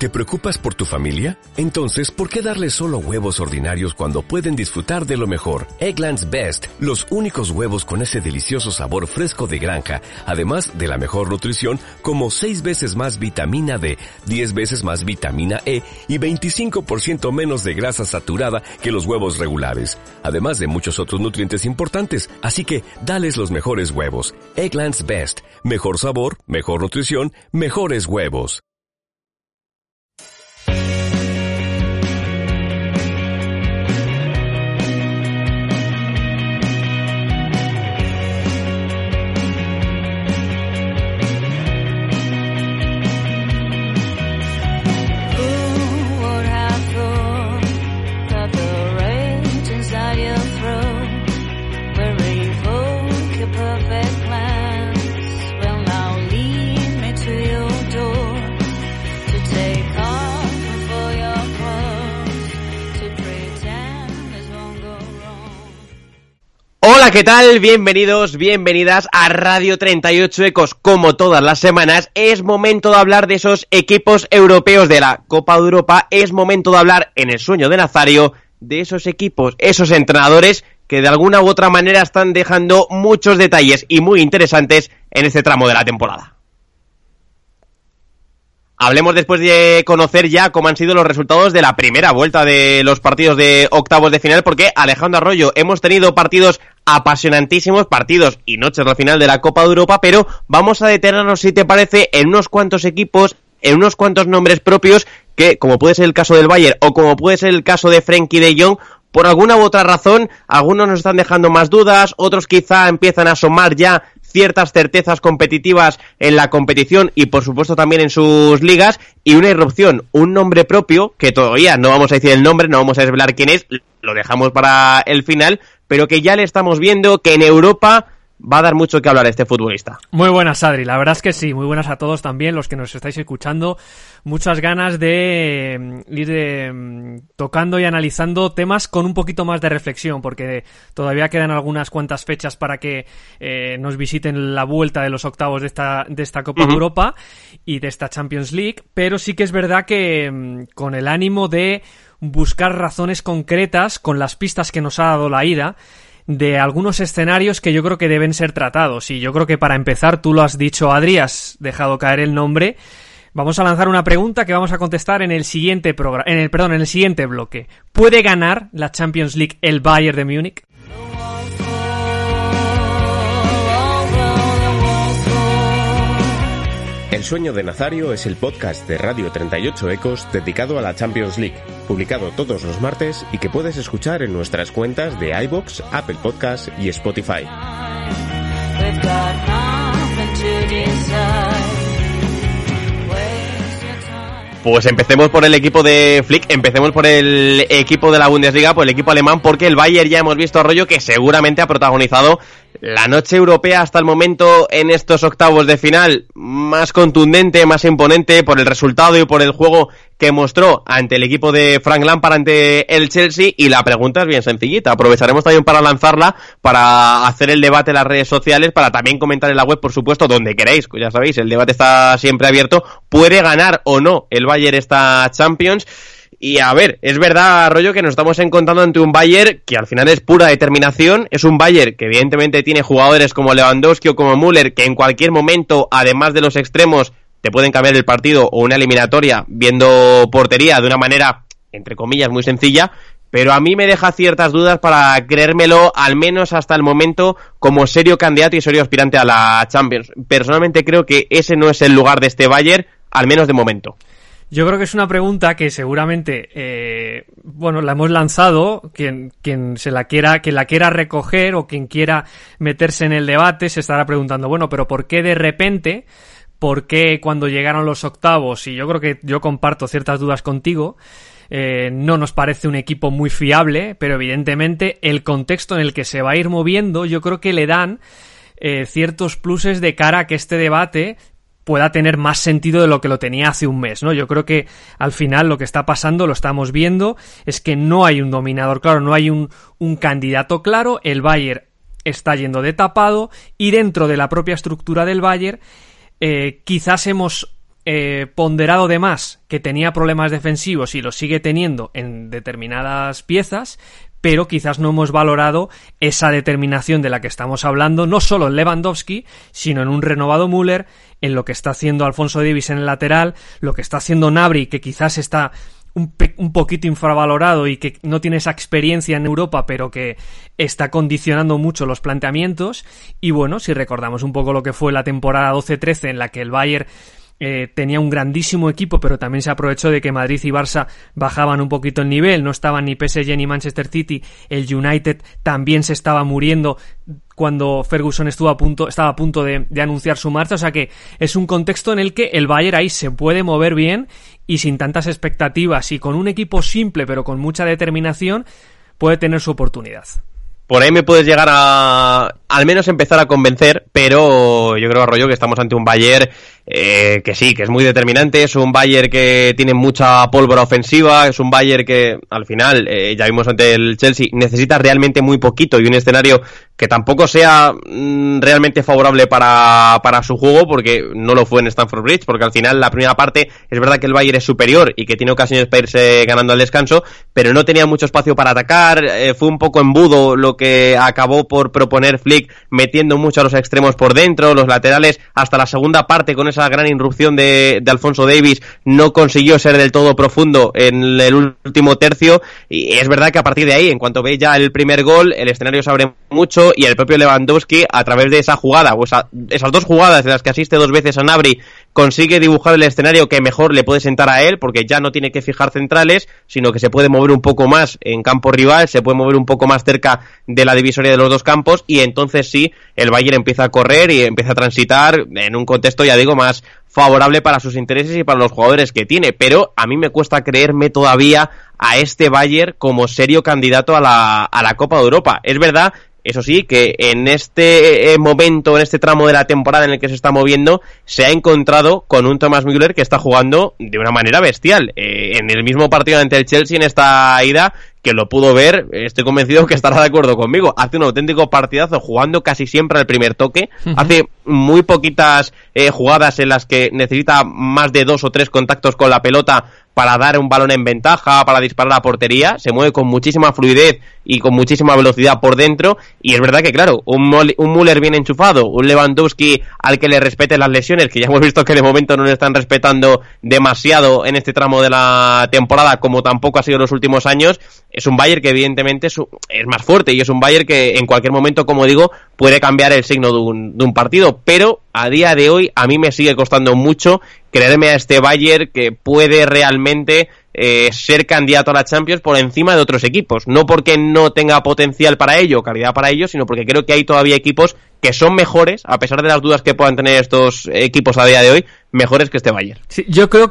¿Te preocupas por tu familia? Entonces, ¿por qué darles solo huevos ordinarios cuando pueden disfrutar de lo mejor? Eggland's Best, los únicos huevos con ese delicioso sabor fresco de granja, además de la mejor nutrición, como 6 veces más vitamina D, 10 veces más vitamina E y 25% menos de grasa saturada que los huevos regulares, además de muchos otros nutrientes importantes. Así que, dales los mejores huevos. Eggland's Best, mejor sabor, mejor nutrición, mejores huevos. Hola, ¿qué tal? Bienvenidos, bienvenidas a Radio 38 Ecos. Como todas las semanas, es momento de hablar de esos equipos europeos de la Copa de Europa. Es momento de hablar, en el sueño de Nazario, de esos equipos, esos entrenadores que de alguna u otra manera están dejando muchos detalles y muy interesantes en este tramo de la temporada. Hablemos después de conocer ya cómo han sido los resultados de la primera vuelta de los partidos de octavos de final, porque, Alejandro Arroyo, hemos tenido partidos apasionantísimos, partidos y noches al final de la Copa de Europa, pero vamos a detenernos, si te parece, en unos cuantos equipos, en unos cuantos nombres propios que, como puede ser el caso del Bayern o como puede ser el caso de Frenkie de Jong, por alguna u otra razón, algunos nos están dejando más dudas, otros quizá empiezan a asomar ya ciertas certezas competitivas en la competición y por supuesto también en sus ligas, y una irrupción, un nombre propio, que todavía no vamos a decir el nombre, no vamos a desvelar quién es, lo dejamos para el final, pero que ya le estamos viendo que en Europa va a dar mucho que hablar este futbolista. Muy buenas, Adri, la verdad es que sí, muy buenas a todos también, los que nos estáis escuchando. Muchas ganas de ir tocando y analizando temas con un poquito más de reflexión, porque todavía quedan algunas cuantas fechas para que nos visiten la vuelta de los octavos de esta Copa de Europa y de esta Champions League, pero sí que es verdad que con el ánimo de buscar razones concretas con las pistas que nos ha dado la ida, de algunos escenarios que yo creo que deben ser tratados. Y yo creo que para empezar, tú lo has dicho, Adri, has dejado caer el nombre. Vamos a lanzar una pregunta que vamos a contestar en el siguiente en el siguiente bloque. ¿Puede ganar la Champions League el Bayern de Múnich? El sueño de Nazario es el podcast de Radio 38 Ecos dedicado a la Champions League, publicado todos los martes y que puedes escuchar en nuestras cuentas de iVoox, Apple Podcasts y Spotify. Pues empecemos por el equipo de Flick, empecemos por el equipo de la Bundesliga, por el equipo alemán, porque el Bayern ya hemos visto, Arroyo, que seguramente ha protagonizado la noche europea hasta el momento en estos octavos de final más contundente, más imponente por el resultado y por el juego que mostró ante el equipo de Frank Lampard, ante el Chelsea, y la pregunta es bien sencillita. Aprovecharemos también para lanzarla, para hacer el debate en las redes sociales, para también comentar en la web, por supuesto, donde queréis, ya sabéis, el debate está siempre abierto. ¿Puede ganar o no el Bayern esta Champions? Y a ver, es verdad, Arroyo, que nos estamos encontrando ante un Bayern que al final es pura determinación, es un Bayern que evidentemente tiene jugadores como Lewandowski o como Müller, que en cualquier momento, además de los extremos, te pueden cambiar el partido o una eliminatoria viendo portería de una manera, entre comillas, muy sencilla, pero a mí me deja ciertas dudas para creérmelo, al menos hasta el momento, como serio candidato y serio aspirante a la Champions. Personalmente creo que ese no es el lugar de este Bayern, al menos de momento. Yo creo que es una pregunta que seguramente, la hemos lanzado, quien la quiera recoger o quien quiera meterse en el debate se estará preguntando, bueno, pero ¿por qué de repente? ¿Por qué cuando llegaron los octavos? Y yo creo que yo comparto ciertas dudas contigo, no nos parece un equipo muy fiable, pero evidentemente el contexto en el que se va a ir moviendo, yo creo que le dan ciertos pluses de cara a que este debate pueda tener más sentido de lo que lo tenía hace un mes, ¿no? Yo creo que al final lo que está pasando, lo estamos viendo, es que no hay un dominador claro, no hay un candidato claro, el Bayern está yendo de tapado y dentro de la propia estructura del Bayern quizás hemos ponderado de más que tenía problemas defensivos y los sigue teniendo en determinadas piezas, pero quizás no hemos valorado esa determinación de la que estamos hablando, no solo en Lewandowski, sino en un renovado Müller, en lo que está haciendo Alphonso Davies en el lateral, lo que está haciendo Gnabry, que quizás está un poquito infravalorado y que no tiene esa experiencia en Europa, pero que está condicionando mucho los planteamientos. Y bueno, si recordamos un poco lo que fue la temporada 12-13, en la que el Bayern tenía un grandísimo equipo, pero también se aprovechó de que Madrid y Barça bajaban un poquito el nivel, no estaban ni PSG ni Manchester City, el United también se estaba muriendo cuando Ferguson estaba a punto de anunciar su marcha, o sea que es un contexto en el que el Bayern ahí se puede mover bien y sin tantas expectativas y con un equipo simple pero con mucha determinación puede tener su oportunidad. Por ahí me puedes llegar a al menos empezar a convencer, pero yo creo, Arroyo, que estamos ante un Bayern que sí, que es muy determinante, es un Bayern que tiene mucha pólvora ofensiva, es un Bayern que al final, ya vimos ante el Chelsea, necesita realmente muy poquito y un escenario que tampoco sea realmente favorable para su juego, porque no lo fue en Stamford Bridge, porque al final la primera parte es verdad que el Bayern es superior y que tiene ocasiones para irse ganando al descanso, pero no tenía mucho espacio para atacar, fue un poco embudo lo que acabó por proponer Flick, metiendo mucho a los extremos por dentro, los laterales hasta la segunda parte con esa gran irrupción de Alphonso Davies no consiguió ser del todo profundo en el último tercio, y es verdad que a partir de ahí, en cuanto ve ya el primer gol, el escenario se abre mucho y el propio Lewandowski, a través de esa jugada, o esas dos jugadas de las que asiste dos veces a Gnabry, consigue dibujar el escenario que mejor le puede sentar a él, porque ya no tiene que fijar centrales, sino que se puede mover un poco más en campo rival, se puede mover un poco más cerca de la divisoria de los dos campos, y entonces sí, el Bayern empieza a correr y empieza a transitar en un contexto, ya digo, más favorable para sus intereses y para los jugadores que tiene, pero a mí me cuesta creerme todavía a este Bayern como serio candidato a la Copa de Europa. Es verdad, eso sí, que en este momento, en este tramo de la temporada en el que se está moviendo, se ha encontrado con un Thomas Müller que está jugando de una manera bestial. En el mismo partido ante el Chelsea, en esta ida, que lo pudo ver, estoy convencido que estará de acuerdo conmigo, hace un auténtico partidazo, jugando casi siempre al primer toque, hace muy poquitas jugadas en las que necesita más de 2 o 3 contactos con la pelota para dar un balón en ventaja, para disparar a portería, se mueve con muchísima fluidez y con muchísima velocidad por dentro, y es verdad que claro, un Müller bien enchufado, un Lewandowski al que le respeten las lesiones, que ya hemos visto que de momento no le están respetando demasiado en este tramo de la temporada, como tampoco ha sido en los últimos años, es un Bayern que evidentemente es más fuerte, y es un Bayern que en cualquier momento, como digo, puede cambiar el signo de un partido, pero a día de hoy a mí me sigue costando mucho creerme a este Bayern que puede realmente ser candidato a la Champions por encima de otros equipos, no porque no tenga potencial para ello, calidad para ello, sino porque creo que hay todavía equipos que son mejores, a pesar de las dudas que puedan tener estos equipos a día de hoy, mejores que este Bayern. Sí, yo creo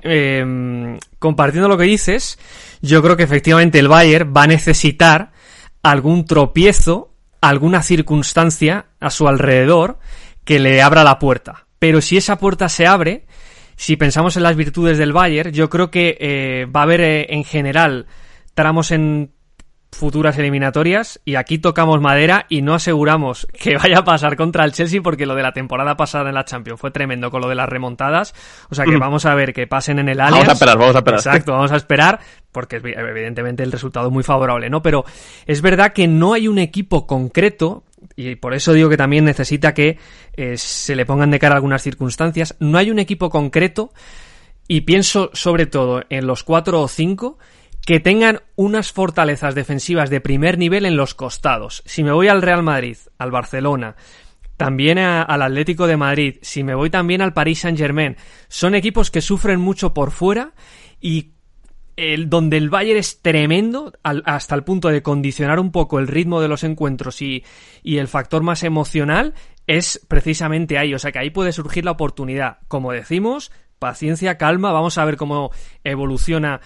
que, compartiendo lo que dices, yo creo que efectivamente el Bayern va a necesitar algún tropiezo, alguna circunstancia a su alrededor que le abra la puerta. Pero si esa puerta se abre, si pensamos en las virtudes del Bayern, yo creo que va a haber en general tramos en futuras eliminatorias, y aquí tocamos madera y no aseguramos que vaya a pasar contra el Chelsea, porque lo de la temporada pasada en la Champions fue tremendo con lo de las remontadas, o sea que vamos a ver que pasen en el Allianz. Vamos a esperar. Exacto, vamos a esperar, porque evidentemente el resultado es muy favorable, ¿no? Pero es verdad que no hay un equipo concreto, y por eso digo que también necesita que se le pongan de cara algunas circunstancias. No hay un equipo concreto, y pienso sobre todo en los 4 o 5 que tengan unas fortalezas defensivas de primer nivel en los costados. Si me voy al Real Madrid, al Barcelona, también al Atlético de Madrid, si me voy también al Paris Saint-Germain, son equipos que sufren mucho por fuera, y donde el Bayern es tremendo hasta el punto de condicionar un poco el ritmo de los encuentros y el factor más emocional es precisamente ahí. O sea que ahí puede surgir la oportunidad. Como decimos, paciencia, calma, vamos a ver cómo evolucionan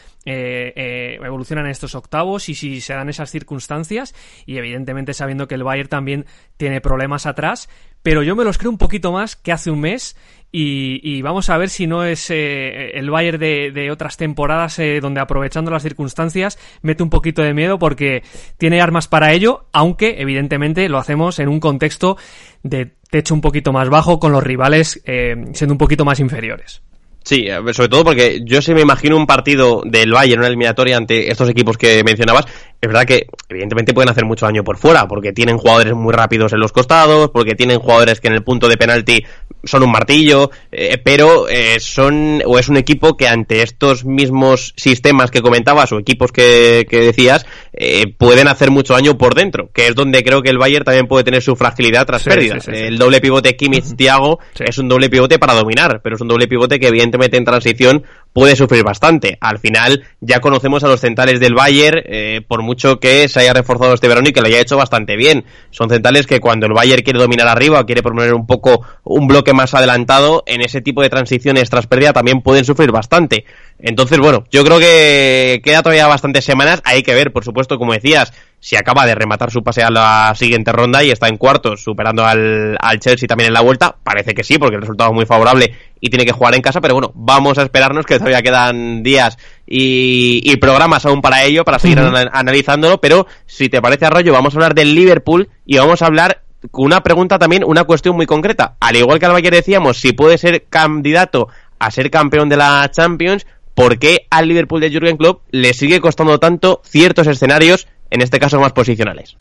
estos octavos y si se dan esas circunstancias, y evidentemente sabiendo que el Bayern también tiene problemas atrás, pero yo me los creo un poquito más que hace un mes, y vamos a ver si no es el Bayern de otras temporadas donde, aprovechando las circunstancias, mete un poquito de miedo porque tiene armas para ello, aunque evidentemente lo hacemos en un contexto de techo un poquito más bajo, con los rivales siendo un poquito más inferiores. Sí, sobre todo porque yo sí me imagino un partido del Bayern, una eliminatoria ante estos equipos que mencionabas. Es verdad que evidentemente pueden hacer mucho daño por fuera, porque tienen jugadores muy rápidos en los costados, porque tienen jugadores que en el punto de penalti son un martillo, pero es un equipo que ante estos mismos sistemas que comentabas o equipos que decías, pueden hacer mucho daño por dentro, que es donde creo que el Bayern también puede tener su fragilidad tras pérdidas. Sí. El doble pivote Kimmich-Thiago es un doble pivote para dominar, pero es un doble pivote que evidentemente en transición puede sufrir bastante. Al final ya conocemos a los centrales del Bayern, por mucho que se haya reforzado este verano y que lo haya hecho bastante bien. Son centrales que cuando el Bayern quiere dominar arriba o quiere poner un poco un bloque más adelantado, en ese tipo de transiciones tras pérdida también pueden sufrir bastante. Entonces, bueno, yo creo que queda todavía bastantes semanas. Hay que ver, por supuesto, como decías, si acaba de rematar su pase a la siguiente ronda y está en cuartos, superando al Chelsea también en la vuelta. Parece que sí, porque el resultado es muy favorable y tiene que jugar en casa, pero bueno, vamos a esperarnos, que todavía quedan días y programas aún para ello, para seguir analizándolo. Pero si te parece, Arroyo, vamos a hablar del Liverpool y vamos a hablar con una pregunta también, una cuestión muy concreta. Al igual que al Bayern decíamos, si puede ser candidato a ser campeón de la Champions, ¿por qué al Liverpool de Jürgen Klopp le sigue costando tanto ciertos escenarios, en este caso más posicionales?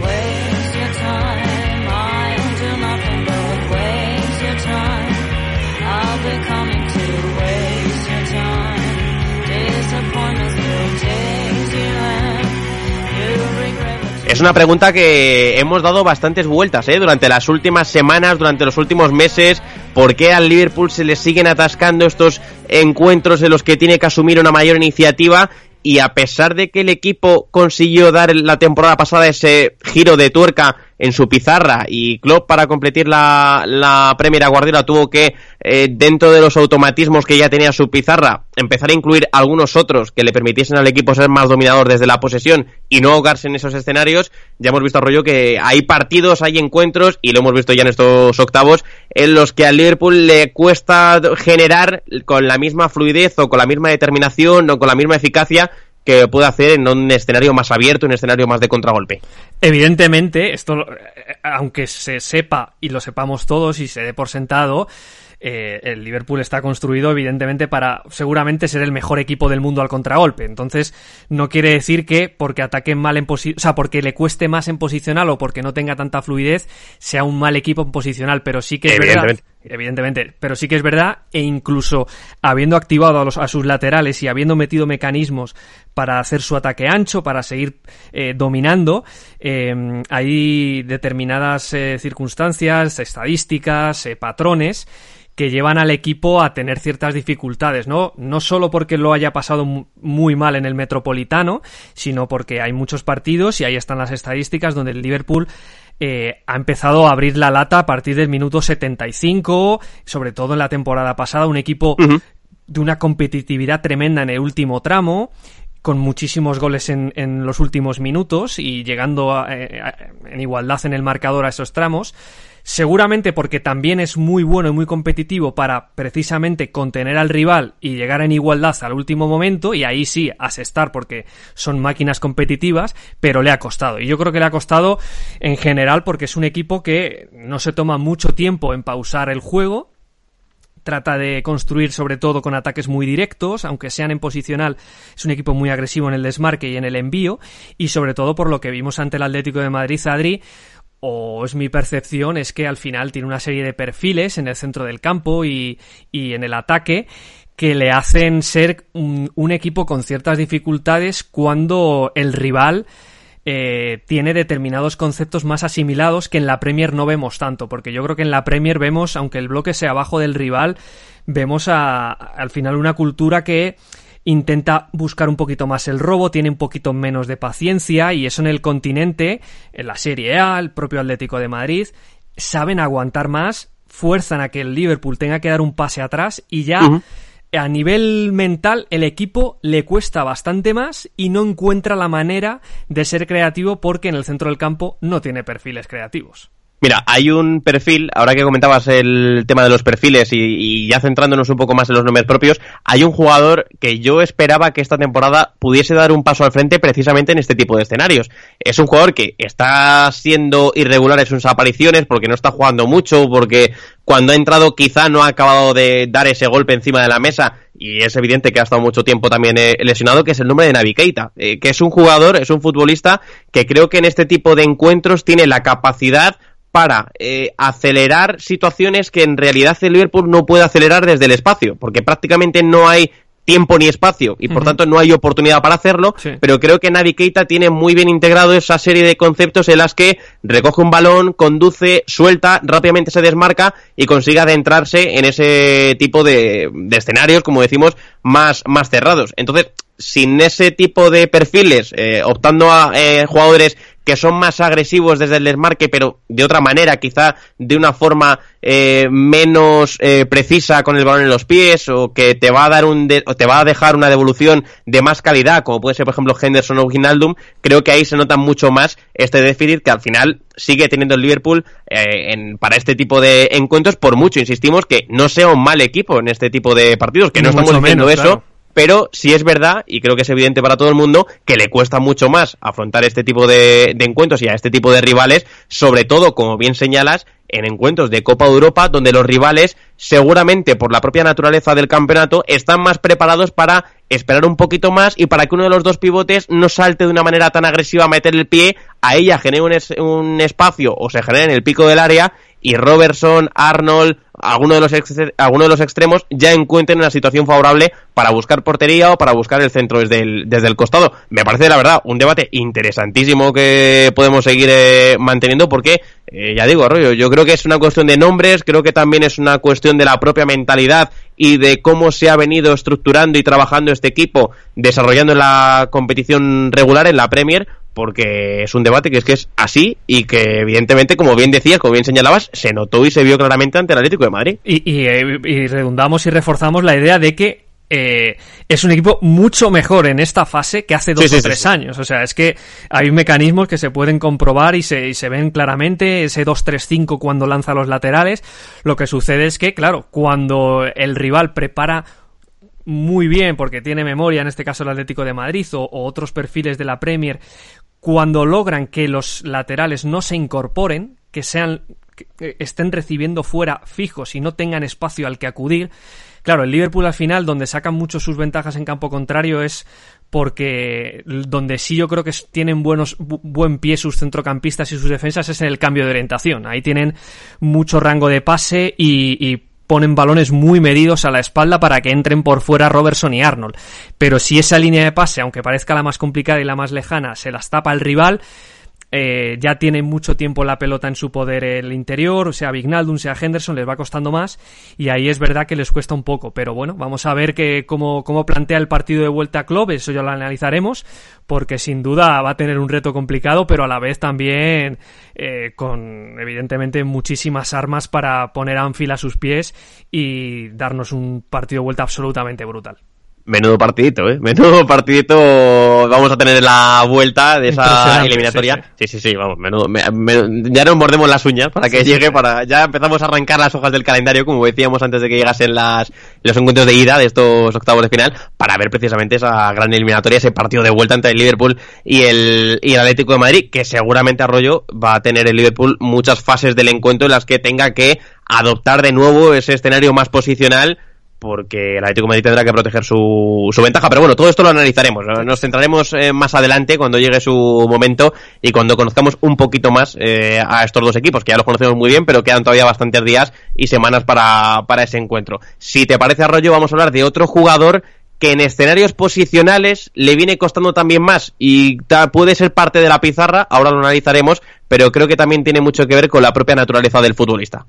Es una pregunta que hemos dado bastantes vueltas, durante las últimas semanas, durante los últimos meses. ¿Por qué al Liverpool se le siguen atascando estos encuentros en los que tiene que asumir una mayor iniciativa? Y a pesar de que el equipo consiguió dar la temporada pasada ese giro de tuerca en su pizarra, y Klopp, para completar la Premier, a Guardiola tuvo que, dentro de los automatismos que ya tenía su pizarra, empezar a incluir algunos otros que le permitiesen al equipo ser más dominador desde la posesión y no ahogarse en esos escenarios. Ya hemos visto, Arroyo, que hay partidos, hay encuentros, y lo hemos visto ya en estos octavos, en los que al Liverpool le cuesta generar con la misma fluidez o con la misma determinación o con la misma eficacia que puede hacer en un escenario más abierto, un escenario más de contragolpe. Evidentemente, esto, aunque se sepa y lo sepamos todos y se dé por sentado, el Liverpool está construido evidentemente para seguramente ser el mejor equipo del mundo al contragolpe. Entonces no quiere decir que porque ataquen mal en porque le cueste más en posicional o porque no tenga tanta fluidez sea un mal equipo en posicional, pero sí que es verdad, evidentemente, pero sí que es verdad, e incluso habiendo activado a sus laterales y habiendo metido mecanismos para hacer su ataque ancho, para seguir dominando, hay determinadas circunstancias, estadísticas, patrones que llevan al equipo a tener ciertas dificultades, ¿no? No solo porque lo haya pasado muy mal en el Metropolitano, sino porque hay muchos partidos, y ahí están las estadísticas, donde el Liverpool ha empezado a abrir la lata a partir del minuto 75, sobre todo en la temporada pasada, un equipo de una competitividad tremenda en el último tramo, con muchísimos goles en los últimos minutos y llegando en igualdad en el marcador a esos tramos. Seguramente porque también es muy bueno y muy competitivo para precisamente contener al rival y llegar en igualdad al último momento, y ahí sí asestar porque son máquinas competitivas, pero le ha costado. Y yo creo que le ha costado en general porque es un equipo que no se toma mucho tiempo en pausar el juego. Trata de construir sobre todo con ataques muy directos, aunque sean en posicional. Es un equipo muy agresivo en el desmarque y en el envío, y sobre todo por lo que vimos ante el Atlético de Madrid, Adri, o es mi percepción, es que al final tiene una serie de perfiles en el centro del campo y en el ataque que le hacen ser un equipo con ciertas dificultades cuando el rival tiene determinados conceptos más asimilados que en la Premier no vemos tanto, porque yo creo que en la Premier vemos, aunque el bloque sea abajo del rival, vemos al final una cultura que intenta buscar un poquito más el robo, tiene un poquito menos de paciencia, y eso en el continente, en la Serie A, el propio Atlético de Madrid, saben aguantar más, fuerzan a que el Liverpool tenga que dar un pase atrás, y ya a nivel mental el equipo le cuesta bastante más y no encuentra la manera de ser creativo porque en el centro del campo no tiene perfiles creativos. Mira, hay un perfil, ahora que comentabas el tema de los perfiles y ya centrándonos un poco más en los nombres propios, hay un jugador que yo esperaba que esta temporada pudiese dar un paso al frente precisamente en este tipo de escenarios. Es un jugador que está siendo irregular en sus apariciones porque no está jugando mucho, porque cuando ha entrado quizá no ha acabado de dar ese golpe encima de la mesa, y es evidente que ha estado mucho tiempo también lesionado, que es el nombre de Naby Keita, que es un jugador, es un futbolista que creo que en este tipo de encuentros tiene la capacidad para acelerar situaciones que en realidad el Liverpool no puede acelerar desde el espacio, porque prácticamente no hay tiempo ni espacio y por tanto no hay oportunidad para hacerlo, sí. Pero creo que Naby Keita tiene muy bien integrado esa serie de conceptos en las que recoge un balón, conduce, suelta, rápidamente se desmarca y consigue adentrarse en ese tipo de escenarios, como decimos, más cerrados. Entonces, sin ese tipo de perfiles, optando a jugadores que son más agresivos desde el desmarque, pero de otra manera, quizá de una forma menos precisa con el balón en los pies, o que te va a dar o te va a dejar una devolución de más calidad, como puede ser por ejemplo Henderson o Wijnaldum, creo que ahí se nota mucho más este déficit que al final sigue teniendo el Liverpool para este tipo de encuentros, por mucho, insistimos, que no sea un mal equipo en este tipo de partidos, que no estamos diciendo menos, eso, claro. Pero sí es verdad, y creo que es evidente para todo el mundo, que le cuesta mucho más afrontar este tipo de encuentros y a este tipo de rivales, sobre todo, como bien señalas, en encuentros de Copa de Europa, donde los rivales, seguramente por la propia naturaleza del campeonato, están más preparados para esperar un poquito más y para que uno de los dos pivotes no salte de una manera tan agresiva a meter el pie, a ella genere un espacio o se genere en el pico del área y Robertson, Arnold, alguno de los extremos ya encuentren una situación favorable para buscar portería o para buscar el centro desde el costado. Me parece, la verdad, un debate interesantísimo que podemos seguir manteniendo porque, ya digo, Arroyo, yo creo que es una cuestión de nombres, creo que también es una cuestión de la propia mentalidad y de cómo se ha venido estructurando y trabajando este equipo, desarrollando en la competición regular, en la Premier, porque es un debate que es así y que evidentemente, como bien decías, como bien señalabas, se notó y se vio claramente ante el Atlético de Madrid. Y redundamos y reforzamos la idea de que es un equipo mucho mejor en esta fase que hace 2 o 3 años. O sea, es que hay mecanismos que se pueden comprobar y se ven claramente. Ese 2-3-5 cuando lanza los laterales. Lo que sucede es que, claro, cuando el rival prepara muy bien, porque tiene memoria, en este caso el Atlético de Madrid o otros perfiles de la Premier, cuando logran que los laterales no se incorporen, que estén recibiendo fuera fijos y no tengan espacio al que acudir. Claro, el Liverpool al final, donde sacan mucho sus ventajas en campo contrario, es porque donde sí yo creo que tienen buen pie sus centrocampistas y sus defensas es en el cambio de orientación. Ahí tienen mucho rango de pase y ponen balones muy medidos a la espalda para que entren por fuera Robertson y Arnold. Pero si esa línea de pase, aunque parezca la más complicada y la más lejana, se las tapa el rival, ya tiene mucho tiempo la pelota en su poder el interior, sea Wijnaldum, sea Henderson, les va costando más y ahí es verdad que les cuesta un poco, pero bueno, vamos a ver cómo plantea el partido de vuelta a Klopp, eso ya lo analizaremos, porque sin duda va a tener un reto complicado, pero a la vez también con evidentemente muchísimas armas para poner a Anfield a sus pies y darnos un partido de vuelta absolutamente brutal. Menudo partidito, menudo partidito vamos a tener en la vuelta de esa eliminatoria. Sí, vamos, ya nos mordemos las uñas para que llegue, ya empezamos a arrancar las hojas del calendario, como decíamos antes de que llegasen los encuentros de ida de estos octavos de final, para ver precisamente esa gran eliminatoria, ese partido de vuelta entre el Liverpool y el Atlético de Madrid, que seguramente, Arroyo, va a tener el Liverpool muchas fases del encuentro en las que tenga que adoptar de nuevo ese escenario más posicional, porque el Atlético de Madrid tendrá que proteger su ventaja, pero bueno, todo esto lo analizaremos, nos centraremos más adelante cuando llegue su momento y cuando conozcamos un poquito más a estos dos equipos, que ya los conocemos muy bien, pero quedan todavía bastantes días y semanas para ese encuentro. Si te parece, Arroyo, vamos a hablar de otro jugador que en escenarios posicionales le viene costando también más y puede ser parte de la pizarra, ahora lo analizaremos, pero creo que también tiene mucho que ver con la propia naturaleza del futbolista.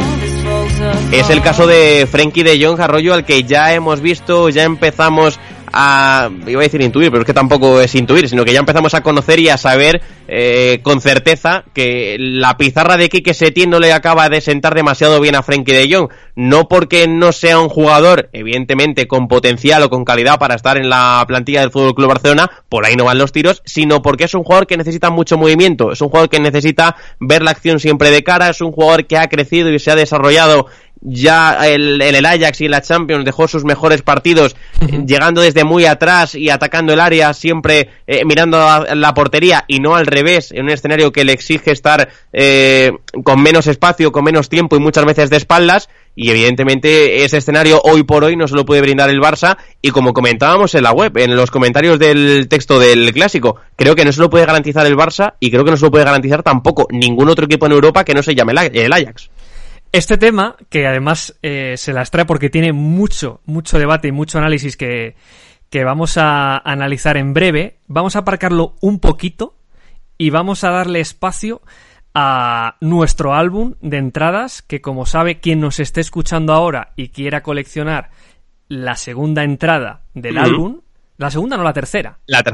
Es el caso de Frenkie de Jong, Arroyo, al que ya hemos visto, ya empezamos iba a decir intuir, pero es que tampoco es intuir, sino que ya empezamos a conocer y a saber con certeza que la pizarra de Quique Setién no le acaba de sentar demasiado bien a Frenkie de Jong, no porque no sea un jugador evidentemente con potencial o con calidad para estar en la plantilla del FC Barcelona, por ahí no van los tiros, sino porque es un jugador que necesita mucho movimiento, es un jugador que necesita ver la acción siempre de cara, es un jugador que ha crecido y se ha desarrollado ya en el Ajax y en la Champions, dejó sus mejores partidos llegando desde muy atrás y atacando el área, siempre mirando a la portería y no al revés, en un escenario que le exige estar con menos espacio, con menos tiempo y muchas veces de espaldas, y evidentemente ese escenario hoy por hoy no se lo puede brindar el Barça, y como comentábamos en la web, en los comentarios del texto del Clásico, creo que no se lo puede garantizar el Barça y creo que no se lo puede garantizar tampoco ningún otro equipo en Europa que no se llame el Ajax. Este tema, que además se las trae porque tiene mucho debate y mucho análisis que vamos a analizar en breve, vamos a aparcarlo un poquito y vamos a darle espacio a nuestro álbum de entradas, que como sabe quien nos esté escuchando ahora y quiera coleccionar la segunda entrada del álbum, la segunda no, la tercera. La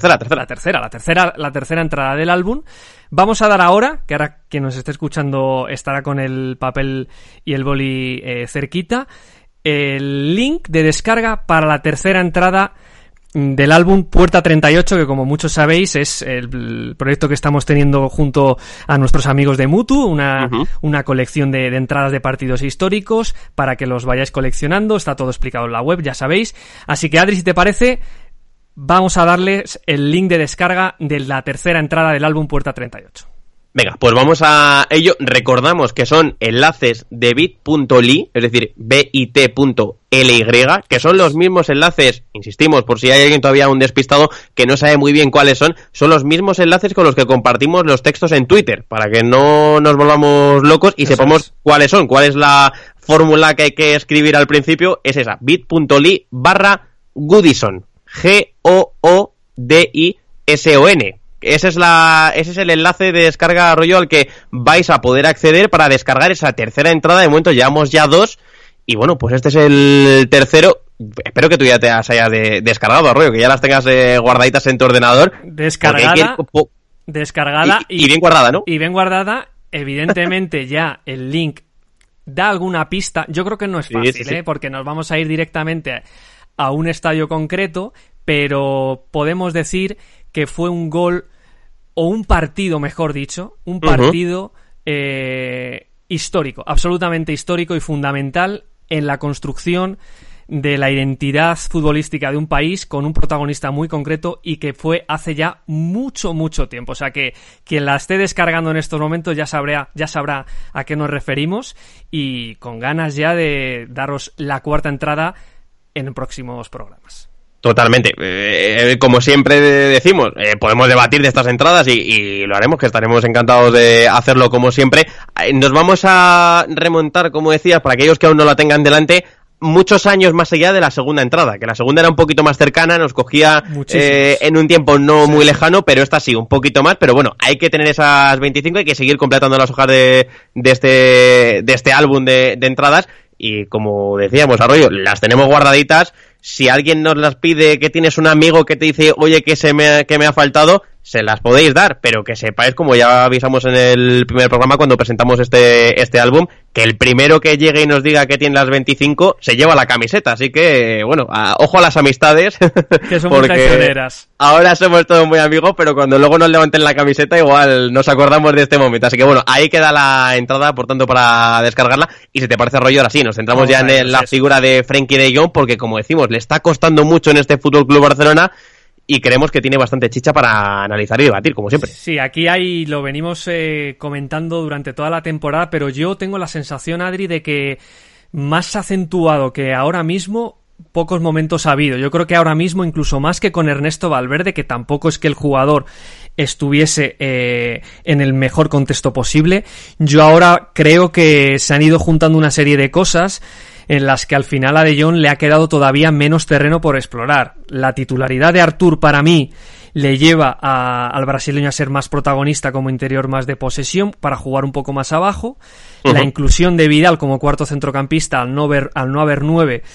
tercera entrada del álbum. Vamos a dar ahora, que ahora quien nos esté escuchando estará con el papel y el boli cerquita, el link de descarga para la tercera entrada del álbum Puerta 38, que como muchos sabéis es el proyecto que estamos teniendo junto a nuestros amigos de Mutu, una colección de entradas de partidos históricos para que los vayáis coleccionando, está todo explicado en la web, ya sabéis. Así que Adri, si te parece, vamos a darles el link de descarga de la tercera entrada del álbum Puerta 38. Venga, pues vamos a ello. Recordamos que son enlaces de bit.ly, es decir, bit.ly, que son los mismos enlaces, insistimos, por si hay alguien todavía un despistado que no sabe muy bien cuáles son los mismos enlaces con los que compartimos los textos en Twitter, para que no nos volvamos locos y sepamos cuáles son, cuál es la fórmula que hay que escribir al principio, es esa, bit.ly/Goodison, Goodison. Ese es el enlace de descarga rollo al que vais a poder acceder para descargar esa tercera entrada. De momento llevamos ya 2 y bueno, pues este es el tercero. Espero que tú ya te hayas descargado, Arroyo, que ya las tengas guardaditas en tu ordenador. Descargada y bien guardada, ¿no? Y bien guardada, evidentemente ya el link da alguna pista. Yo creo que no es fácil, sí. Porque nos vamos a ir directamente a un estadio concreto, pero podemos decir que fue un gol, o un partido, mejor dicho, un partido histórico, absolutamente histórico y fundamental en la construcción de la identidad futbolística de un país, con un protagonista muy concreto y que fue hace ya mucho tiempo. O sea que quien la esté descargando en estos momentos ya sabrá a qué nos referimos, y con ganas ya de daros la cuarta entrada en próximos programas. Totalmente. Como siempre decimos, podemos debatir de estas entradas y lo haremos, que estaremos encantados de hacerlo como siempre. Nos vamos a remontar, como decías, para aquellos que aún no la tengan delante, muchos años más allá de la segunda entrada, que la segunda era un poquito más cercana, nos cogía en un tiempo no muy lejano, pero esta sí, un poquito más, pero bueno, hay que tener esas 25, hay que seguir completando las hojas de este álbum de entradas, y como decíamos, Arroyo, las tenemos guardaditas. Si alguien nos las pide, que tienes un amigo que te dice, oye, que me ha faltado, se las podéis dar, pero que sepáis, como ya avisamos en el primer programa cuando presentamos este álbum, que el primero que llegue y nos diga que tiene las 25 se lleva la camiseta. Así que, bueno, ojo a las amistades, que son muy traicioneras. Ahora somos todos muy amigos, pero cuando luego nos levanten la camiseta igual nos acordamos de este momento. Así que bueno, ahí queda la entrada, por tanto, para descargarla. Y si te parece, Rollo, ahora sí, nos centramos ya en la figura de Frenkie de Jong, porque como decimos, le está costando mucho en este FC Barcelona, y creemos que tiene bastante chicha para analizar y debatir, como siempre. Sí, aquí lo venimos comentando durante toda la temporada, pero yo tengo la sensación, Adri, de que más acentuado que ahora mismo, pocos momentos ha habido. Yo creo que ahora mismo, incluso más que con Ernesto Valverde, que tampoco es que el jugador estuviese en el mejor contexto posible, yo ahora creo que se han ido juntando una serie de cosas en las que al final a De Jong le ha quedado todavía menos terreno por explorar. La titularidad de Artur, para mí, le lleva al brasileño a ser más protagonista como interior, más de posesión, para jugar un poco más abajo. La inclusión de Vidal como cuarto centrocampista, al no haber 9,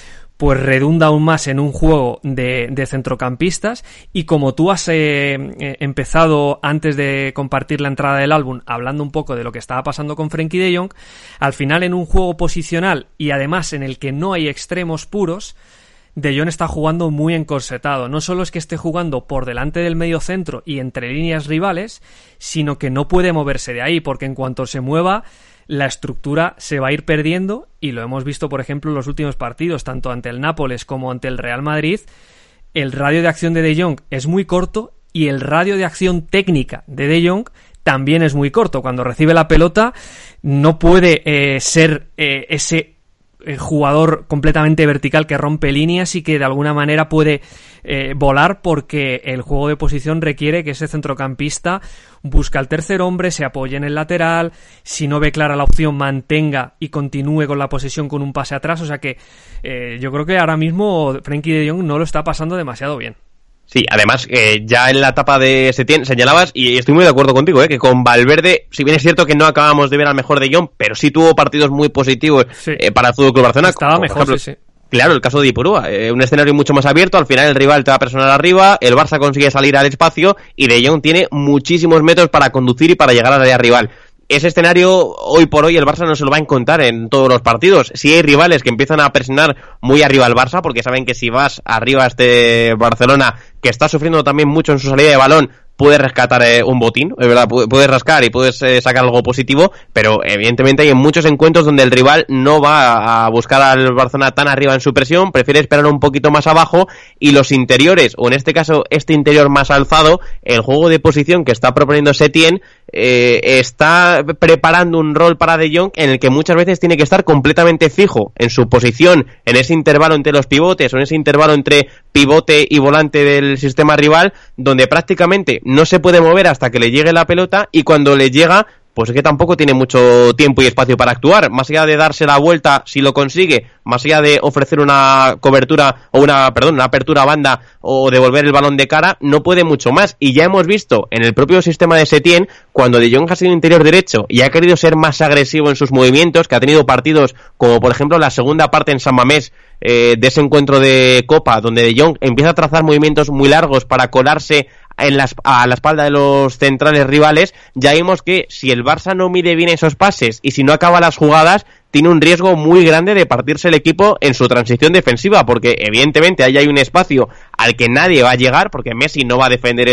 pues redunda aún más en un juego de centrocampistas, y como tú has empezado antes de compartir la entrada del álbum hablando un poco de lo que estaba pasando con Frenkie de Jong, al final en un juego posicional y además en el que no hay extremos puros, De Jong está jugando muy encorsetado. No solo es que esté jugando por delante del medio centro y entre líneas rivales, sino que no puede moverse de ahí, porque en cuanto se mueva, la estructura se va a ir perdiendo, y lo hemos visto, por ejemplo, en los últimos partidos, tanto ante el Nápoles como ante el Real Madrid. El radio de acción de Jong es muy corto y el radio de acción técnica de Jong también es muy corto. Cuando recibe la pelota no puede ser ese jugador completamente vertical que rompe líneas y que de alguna manera puede volar, porque el juego de posición requiere que ese centrocampista busque al tercer hombre, se apoye en el lateral, si no ve clara la opción mantenga y continúe con la posesión con un pase atrás. O sea que yo creo que ahora mismo Frenkie de Jong no lo está pasando demasiado bien. Sí, además, ya en la etapa de Setién señalabas, y estoy muy de acuerdo contigo, que con Valverde, si bien es cierto que no acabamos de ver al mejor de Jong, pero sí tuvo partidos muy positivos para el Fútbol Club Barcelona. Estaba mejor, ejemplo, sí. Claro, el caso de Ipurúa, un escenario mucho más abierto, al final el rival te va a presionar arriba, el Barça consigue salir al espacio y De Jong tiene muchísimos metros para conducir y para llegar al área rival. Ese escenario, hoy por hoy, el Barça no se lo va a encontrar en todos los partidos. Sí hay rivales que empiezan a presionar muy arriba al Barça, porque saben que si vas arriba a este Barcelona, que está sufriendo también mucho en su salida de balón, puedes rescatar un botín, es verdad, puedes rascar y puedes sacar algo positivo, pero evidentemente hay en muchos encuentros donde el rival no va a buscar al Barcelona tan arriba en su presión, prefiere esperar un poquito más abajo, y los interiores, o en este caso este interior más alzado, el juego de posición que está proponiendo Setién, está preparando un rol para De Jong en el que muchas veces tiene que estar completamente fijo en su posición, en ese intervalo entre los pivotes o en ese intervalo entre pivote y volante del sistema rival, donde prácticamente no se puede mover hasta que le llegue la pelota, y cuando le llega, pues es que tampoco tiene mucho tiempo y espacio para actuar, más allá de darse la vuelta si lo consigue, más allá de ofrecer una cobertura o una apertura a banda o devolver el balón de cara, no puede mucho más. Y ya hemos visto en el propio sistema de Setién, cuando De Jong ha sido interior derecho y ha querido ser más agresivo en sus movimientos, que ha tenido partidos como por ejemplo la segunda parte en San Mamés, de ese encuentro de Copa, donde De Jong empieza a trazar movimientos muy largos para colarse a la espalda de los centrales rivales, ya vimos que si el Barça no mide bien esos pases y si no acaba las jugadas, tiene un riesgo muy grande de partirse el equipo en su transición defensiva, porque evidentemente ahí hay un espacio al que nadie va a llegar, porque Messi no va a defender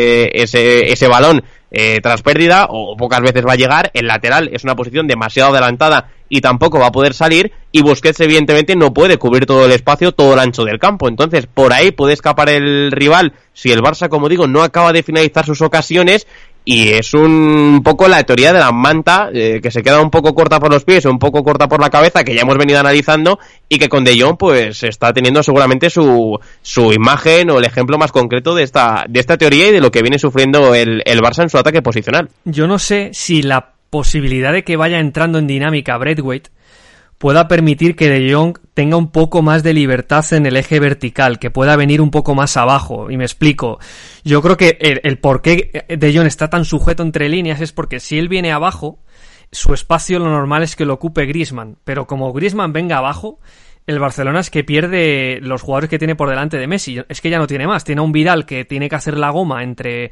ese balón tras pérdida, o pocas veces va a llegar. El lateral es una posición demasiado adelantada y tampoco va a poder salir, y Busquets evidentemente no puede cubrir todo el espacio, todo el ancho del campo. Entonces por ahí puede escapar el rival si el Barça, como digo, no acaba de finalizar sus ocasiones. Y es un poco la teoría de la manta, que se queda un poco corta por los pies o un poco corta por la cabeza, que ya hemos venido analizando, y que con De Jong pues está teniendo seguramente su imagen o el ejemplo más concreto de esta teoría y de lo que viene sufriendo el Barça en su ataque posicional. Yo no sé si la posibilidad de que vaya entrando en dinámica Braithwaite pueda permitir que De Jong tenga un poco más de libertad en el eje vertical, que pueda venir un poco más abajo, y me explico. Yo creo que el por qué De Jong está tan sujeto entre líneas es porque si él viene abajo, su espacio lo normal es que lo ocupe Griezmann, pero como Griezmann venga abajo, el Barcelona es que pierde los jugadores que tiene por delante de Messi, es que ya no tiene más, tiene a un Vidal que tiene que hacer la goma entre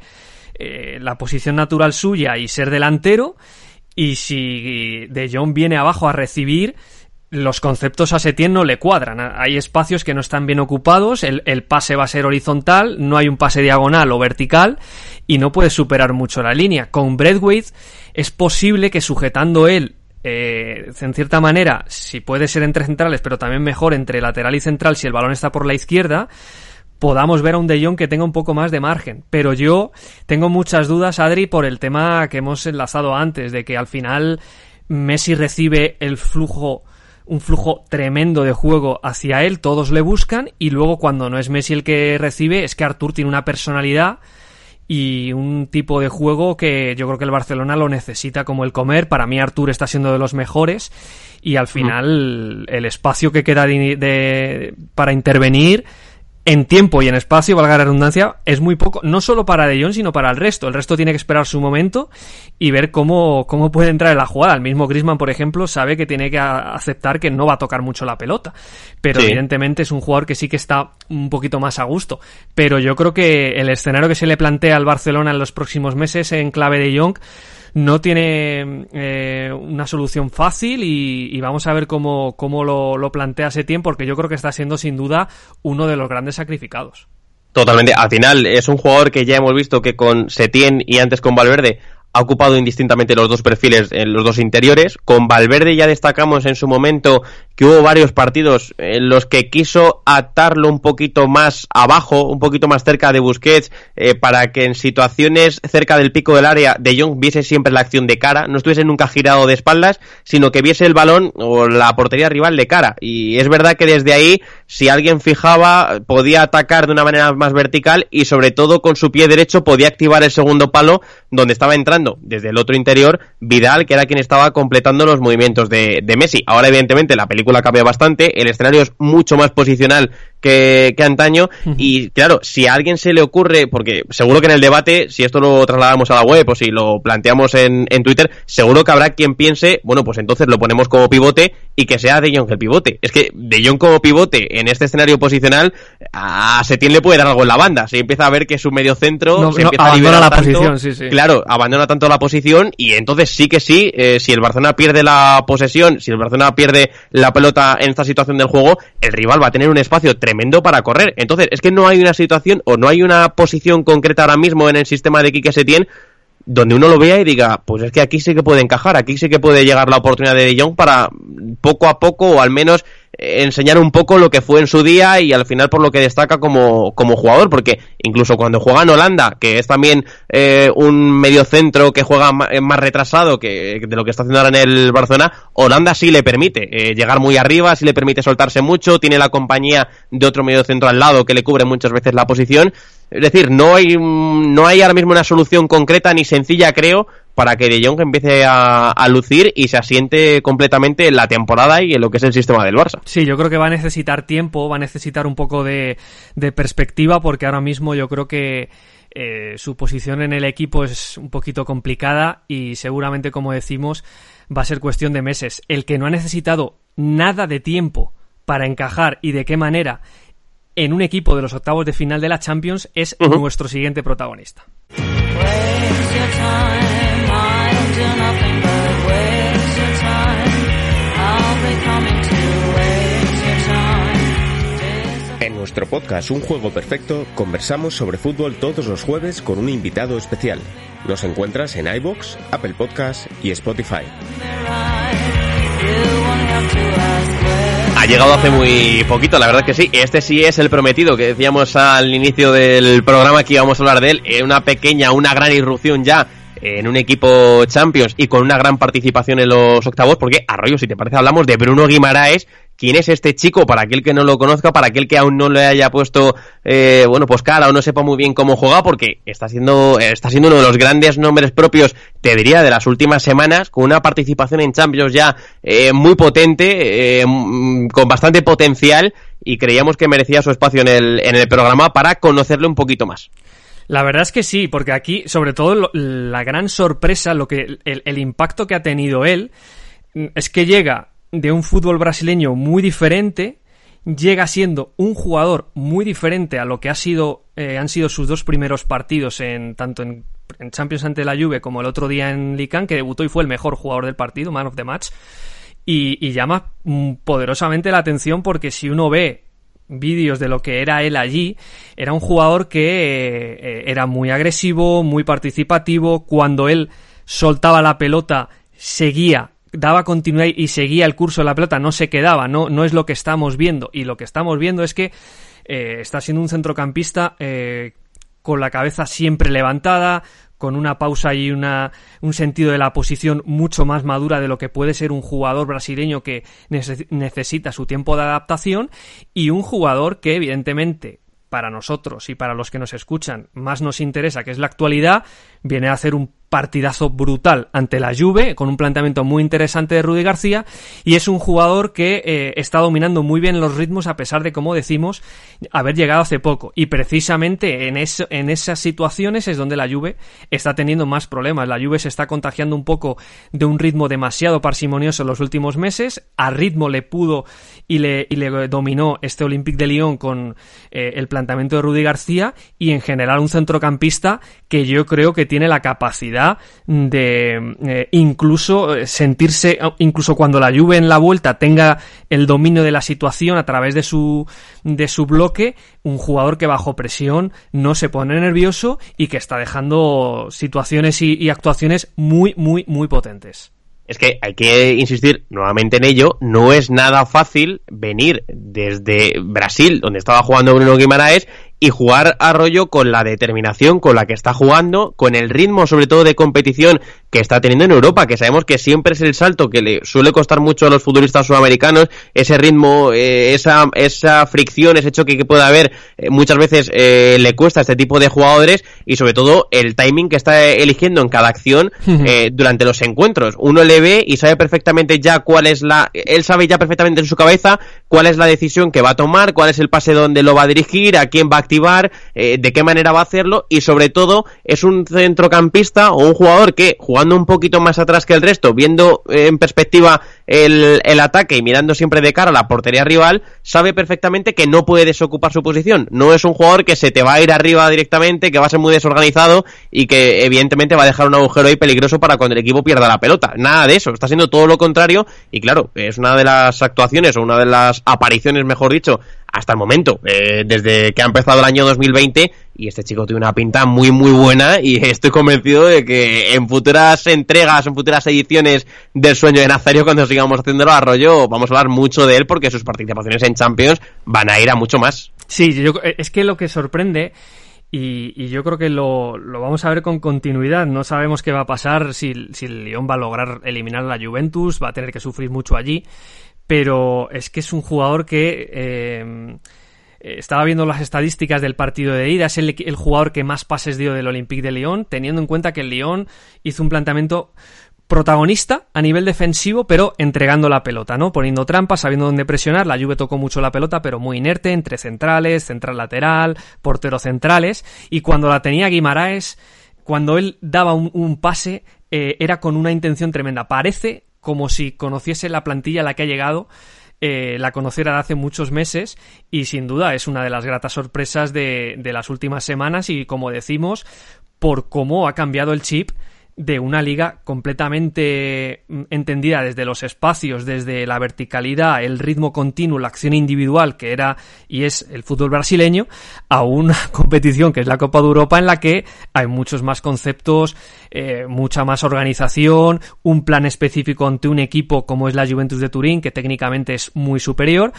la posición natural suya y ser delantero, y si De Jong viene abajo a recibir, los conceptos a Setién no le cuadran. Hay espacios que no están bien ocupados, el pase va a ser horizontal, no hay un pase diagonal o vertical, y no puede superar mucho la línea. Con Braithwaite es posible que sujetando él, en cierta manera, si puede ser entre centrales, pero también mejor entre lateral y central si el balón está por la izquierda, podamos ver a un De Jong que tenga un poco más de margen. Pero yo tengo muchas dudas, Adri, por el tema que hemos enlazado antes, de que al final Messi recibe un flujo tremendo de juego hacia él, todos le buscan, y luego cuando no es Messi el que recibe, es que Artur tiene una personalidad y un tipo de juego que yo creo que el Barcelona lo necesita como el comer. Para mí Artur está siendo de los mejores, y al final el espacio que queda para intervenir en tiempo y en espacio, valga la redundancia, es muy poco, no solo para De Jong, sino para el resto. El resto tiene que esperar su momento y ver cómo puede entrar en la jugada. El mismo Griezmann, por ejemplo, sabe que tiene que aceptar que no va a tocar mucho la pelota, pero sí, evidentemente es un jugador que sí que está un poquito más a gusto. Pero yo creo que el escenario que se le plantea al Barcelona en los próximos meses en clave De Jong no tiene una solución fácil y vamos a ver cómo lo plantea Setién, porque yo creo que está siendo sin duda uno de los grandes sacrificados. Totalmente. Al final es un jugador que ya hemos visto que con Setién y antes con Valverde ha ocupado indistintamente los dos perfiles en los dos interiores. Con Valverde ya destacamos en su momento que hubo varios partidos en los que quiso atarlo un poquito más abajo, un poquito más cerca de Busquets, para que en situaciones cerca del pico del área De Jong viese siempre la acción de cara, no estuviese nunca girado de espaldas, sino que viese el balón o la portería rival de cara. Y es verdad que desde ahí, si alguien fijaba, podía atacar de una manera más vertical y sobre todo con su pie derecho podía activar el segundo palo donde estaba entrando desde el otro interior Vidal, que era quien estaba completando los movimientos de Messi. Ahora evidentemente la película cambia bastante, el escenario es mucho más posicional que antaño, y claro, si a alguien se le ocurre, porque seguro que en el debate, si esto lo trasladamos a la web o si lo planteamos en Twitter, seguro que habrá quien piense, bueno, pues entonces lo ponemos como pivote y que sea De Jong el pivote. Es que De Jong como pivote en este escenario posicional, a Setién le puede dar algo en la banda, se empieza a ver que su medio centro se empieza a liberar la tanto, posición, sí. Claro, abandona tanto la posición y entonces sí que sí, si el Barcelona pierde la posesión, si el Barcelona pierde la pelota en esta situación del juego, el rival va a tener un espacio tremendo para correr. Entonces es que no hay una situación o no hay una posición concreta ahora mismo en el sistema de Quique Setién donde uno lo vea y diga, pues es que aquí sí que puede encajar, aquí sí que puede llegar la oportunidad de De Jong para poco a poco o al menos enseñar un poco lo que fue en su día y al final por lo que destaca como jugador, porque incluso cuando juega en Holanda, que es también un mediocentro que juega más retrasado que de lo que está haciendo ahora en el Barcelona, Holanda sí le permite llegar muy arriba, sí le permite soltarse mucho, tiene la compañía de otro mediocentro al lado que le cubre muchas veces la posición. Es decir, no hay ahora mismo una solución concreta ni sencilla, creo, para que De Jong empiece a lucir y se asiente completamente en la temporada y en lo que es el sistema del Barça. Sí, yo creo que va a necesitar tiempo, va a necesitar un poco de perspectiva, porque ahora mismo yo creo que su posición en el equipo es un poquito complicada y seguramente, como decimos, va a ser cuestión de meses. El que no ha necesitado nada de tiempo para encajar y de qué manera en un equipo de los octavos de final de la Champions es nuestro siguiente protagonista. En nuestro podcast Un Juego Perfecto conversamos sobre fútbol todos los jueves con un invitado especial. Nos encuentras en iVoox, Apple Podcasts y Spotify. Ha llegado hace muy poquito, la verdad que sí. Este sí es el prometido que decíamos al inicio del programa que íbamos a hablar de él. Una gran irrupción ya en un equipo Champions y con una gran participación en los octavos, porque, Arroyo, si te parece, hablamos de Bruno Guimaraes. ¿Quién es este chico? Para aquel que no lo conozca, para aquel que aún no le haya puesto pues cara o no sepa muy bien cómo juega, porque está siendo uno de los grandes nombres propios, te diría, de las últimas semanas, con una participación en Champions ya muy potente, con bastante potencial, y creíamos que merecía su espacio en el programa para conocerlo un poquito más. La verdad es que sí, porque aquí, sobre todo, la gran sorpresa, el impacto que ha tenido él, es que llega de un fútbol brasileño muy diferente, llega siendo un jugador muy diferente a lo que han sido sus dos primeros partidos tanto en Champions ante la Juve como el otro día en Ligue 1, que debutó y fue el mejor jugador del partido, man of the match, y llama poderosamente la atención, porque si uno ve vídeos de lo que era él allí, era un jugador que era muy agresivo, muy participativo. Cuando él soltaba la pelota, daba continuidad y seguía el curso de la pelota, no se quedaba, no es lo que estamos viendo, y lo que estamos viendo es que está siendo un centrocampista con la cabeza siempre levantada, con una pausa y un sentido de la posición mucho más madura de lo que puede ser un jugador brasileño que necesita su tiempo de adaptación, y un jugador que evidentemente para nosotros y para los que nos escuchan más nos interesa, que es la actualidad, viene a hacer un partidazo brutal ante la Juve, con un planteamiento muy interesante de Rudi García, y es un jugador que está dominando muy bien los ritmos a pesar de, como decimos, haber llegado hace poco. Y precisamente en esas situaciones es donde la Juve está teniendo más problemas. La Juve se está contagiando un poco de un ritmo demasiado parsimonioso en los últimos meses. A ritmo le pudo y le dominó este Olympique de Lyon con el planteamiento de Rudi García, y en general un centrocampista que yo creo que tiene la capacidad de incluso sentirse, incluso cuando la Juve en la vuelta tenga el dominio de la situación a través de su bloque, un jugador que bajo presión no se pone nervioso y que está dejando situaciones y actuaciones muy, muy, muy potentes. Es que hay que insistir nuevamente en ello, no es nada fácil venir desde Brasil, donde estaba jugando Bruno Guimaraes, y jugar a Arroyo con la determinación con la que está jugando, con el ritmo sobre todo de competición que está teniendo en Europa, que sabemos que siempre es el salto que le suele costar mucho a los futbolistas sudamericanos, ese ritmo, esa fricción, ese choque que puede haber, muchas veces le cuesta a este tipo de jugadores, y sobre todo el timing que está eligiendo en cada acción durante los encuentros. Uno le ve y sabe perfectamente ya él sabe ya perfectamente en su cabeza cuál es la decisión que va a tomar, cuál es el pase donde lo va a dirigir, a quién va a activar, de qué manera va a hacerlo, y sobre todo es un centrocampista o un jugador que, jugando un poquito más atrás que el resto, viendo en perspectiva el ataque y mirando siempre de cara a la portería rival, sabe perfectamente que no puede desocupar su posición. No es un jugador que se te va a ir arriba directamente, que va a ser muy desorganizado y que evidentemente va a dejar un agujero ahí peligroso para cuando el equipo pierda la pelota. Nada de eso, está siendo todo lo contrario, y claro, es una de las actuaciones o una de las apariciones, mejor dicho, hasta el momento, desde que ha empezado el año 2020, y este chico tiene una pinta muy muy buena, y estoy convencido de que en futuras entregas, en futuras ediciones del Sueño de Nazario, cuando sigamos haciéndolo a Arroyo, vamos a hablar mucho de él, porque sus participaciones en Champions van a ir a mucho más. Sí, es que lo que sorprende, y yo creo que lo vamos a ver con continuidad, no sabemos qué va a pasar, si el Lyon va a lograr eliminar a la Juventus, va a tener que sufrir mucho allí, pero es que es un jugador que estaba viendo las estadísticas del partido de ida, es el jugador que más pases dio del Olympique de Lyon, teniendo en cuenta que el Lyon hizo un planteamiento protagonista a nivel defensivo, pero entregando la pelota, ¿no? Poniendo trampas, sabiendo dónde presionar. La Juve tocó mucho la pelota, pero muy inerte, entre centrales, central lateral, portero centrales, y cuando la tenía Guimaraes, cuando él daba un pase, era con una intención tremenda. Parece como si conociese la plantilla a la que ha llegado, la conociera de hace muchos meses, y sin duda es una de las gratas sorpresas de las últimas semanas, y como decimos, por cómo ha cambiado el chip de una liga completamente entendida desde los espacios, desde la verticalidad, el ritmo continuo, la acción individual que era y es el fútbol brasileño, a una competición que es la Copa de Europa, en la que hay muchos más conceptos, mucha más organización, un plan específico ante un equipo como es la Juventus de Turín, que técnicamente es muy superior,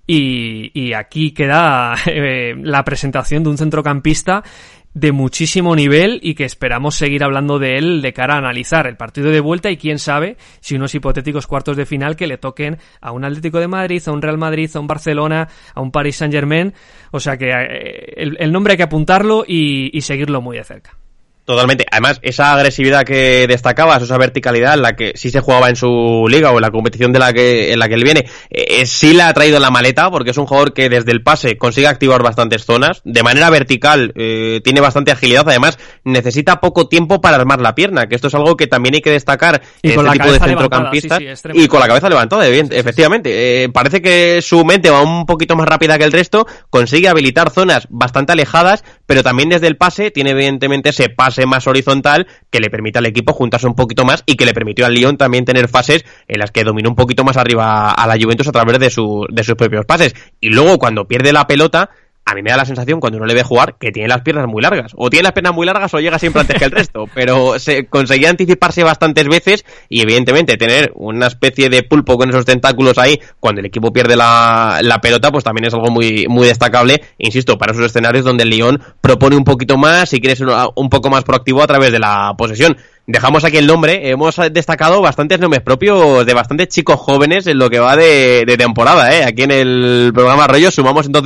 y aquí queda la presentación de un centrocampista de muchísimo nivel, y que esperamos seguir hablando de él de cara a analizar el partido de vuelta, y quién sabe si unos hipotéticos cuartos de final que le toquen a un Atlético de Madrid, a un Real Madrid, a un Barcelona, a un Paris Saint-Germain. O sea que el nombre hay que apuntarlo y seguirlo muy de cerca. Totalmente. Además, esa agresividad que destacabas, esa verticalidad en la que sí se jugaba en su liga o en la competición en la que él viene, sí la ha traído en la maleta, porque es un jugador que desde el pase consigue activar bastantes zonas, de manera vertical, tiene bastante agilidad, además necesita poco tiempo para armar la pierna, que esto es algo que también hay que destacar en este tipo de centrocampistas, y con la cabeza levantada, efectivamente. Parece que su mente va un poquito más rápida que el resto, consigue habilitar zonas bastante alejadas, pero también desde el pase tiene evidentemente ese pase más horizontal que le permite al equipo juntarse un poquito más, y que le permitió al Lyon también tener fases en las que dominó un poquito más arriba a la Juventus a través de sus propios pases. Y luego, cuando pierde la pelota, a mí me da la sensación, cuando uno le ve jugar, que tiene las piernas muy largas. O tiene las piernas muy largas o llega siempre antes que el resto. Pero se conseguía anticiparse bastantes veces, y evidentemente tener una especie de pulpo con esos tentáculos ahí cuando el equipo pierde la pelota, pues también es algo muy, muy destacable. Insisto, para esos escenarios donde el Lyon propone un poquito más y quiere ser un poco más proactivo a través de la posesión. Dejamos aquí el nombre, hemos destacado bastantes nombres propios de bastantes chicos jóvenes en lo que va de temporada, Aquí en el programa Arroyo sumamos entonces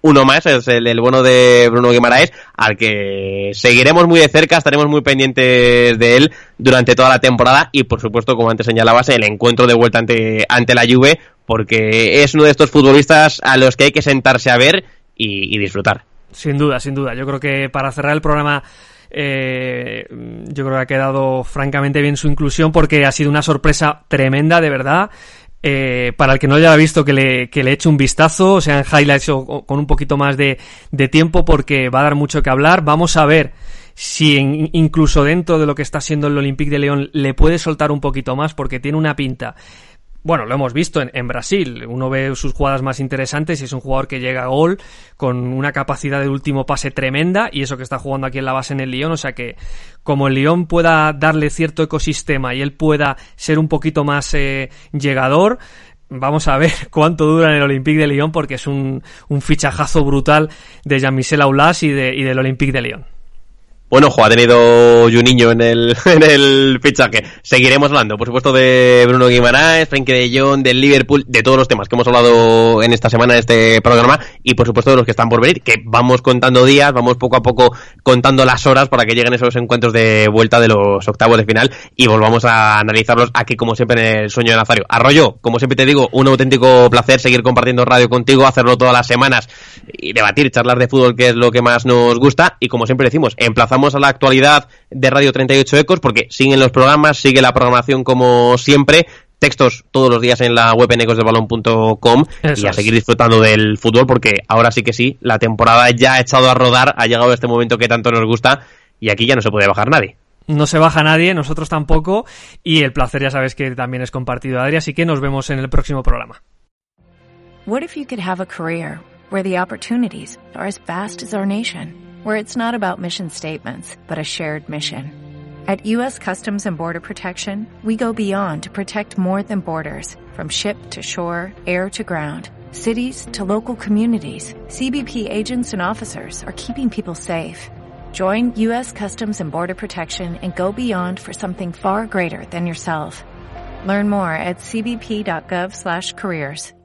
uno más, es el bono de Bruno Guimaraes, al que seguiremos muy de cerca, estaremos muy pendientes de él durante toda la temporada y, por supuesto, como antes señalabas, el encuentro de vuelta ante la Juve, porque es uno de estos futbolistas a los que hay que sentarse a ver y disfrutar. Sin duda, sin duda. Yo creo que para cerrar el programa, yo creo que ha quedado francamente bien su inclusión, porque ha sido una sorpresa tremenda, de verdad. Para el que no lo haya visto, que le eche un vistazo, sean highlights o con un poquito más de tiempo, porque va a dar mucho que hablar. Vamos a ver si incluso dentro de lo que está siendo el Olympique de Lyon le puede soltar un poquito más, porque tiene una pinta. Bueno, lo hemos visto en Brasil, uno ve sus jugadas más interesantes y es un jugador que llega a gol con una capacidad de último pase tremenda, y eso que está jugando aquí en la base en el Lyon, o sea que como el Lyon pueda darle cierto ecosistema y él pueda ser un poquito más llegador, vamos a ver cuánto dura en el Olympique de Lyon, porque es un fichajazo brutal de Jean-Michel Aulas y del Olympique de Lyon. Bueno, ha tenido Juninho en el fichaje. Seguiremos hablando, por supuesto, de Bruno Guimaraes, Frenkie de Jong, del Liverpool, de todos los temas que hemos hablado en esta semana de este programa y, por supuesto, de los que están por venir, que vamos contando días, vamos poco a poco contando las horas para que lleguen esos encuentros de vuelta de los octavos de final y volvamos a analizarlos aquí, como siempre, en el Sueño de Nazario. Arroyo, como siempre te digo, un auténtico placer seguir compartiendo radio contigo, hacerlo todas las semanas y debatir, charlar de fútbol, que es lo que más nos gusta, y como siempre decimos, emplazamos a la actualidad de Radio 38 Ecos, porque siguen los programas, sigue la programación como siempre, textos todos los días en la web en ecosdebalon.com y a seguir disfrutando del fútbol, porque ahora sí que sí, la temporada ya ha echado a rodar, ha llegado este momento que tanto nos gusta y aquí ya no se puede bajar nadie. No se baja nadie, nosotros tampoco, y el placer ya sabes que también es compartido, Adri, así que nos vemos en el próximo programa. What if you could have a career where the opportunities are as vast as our nation? Where it's not about mission statements, but a shared mission. At U.S. Customs and Border Protection, we go beyond to protect more than borders. From ship to shore, air to ground, cities to local communities, CBP agents and officers are keeping people safe. Join U.S. Customs and Border Protection and go beyond for something far greater than yourself. Learn more at cbp.gov/careers.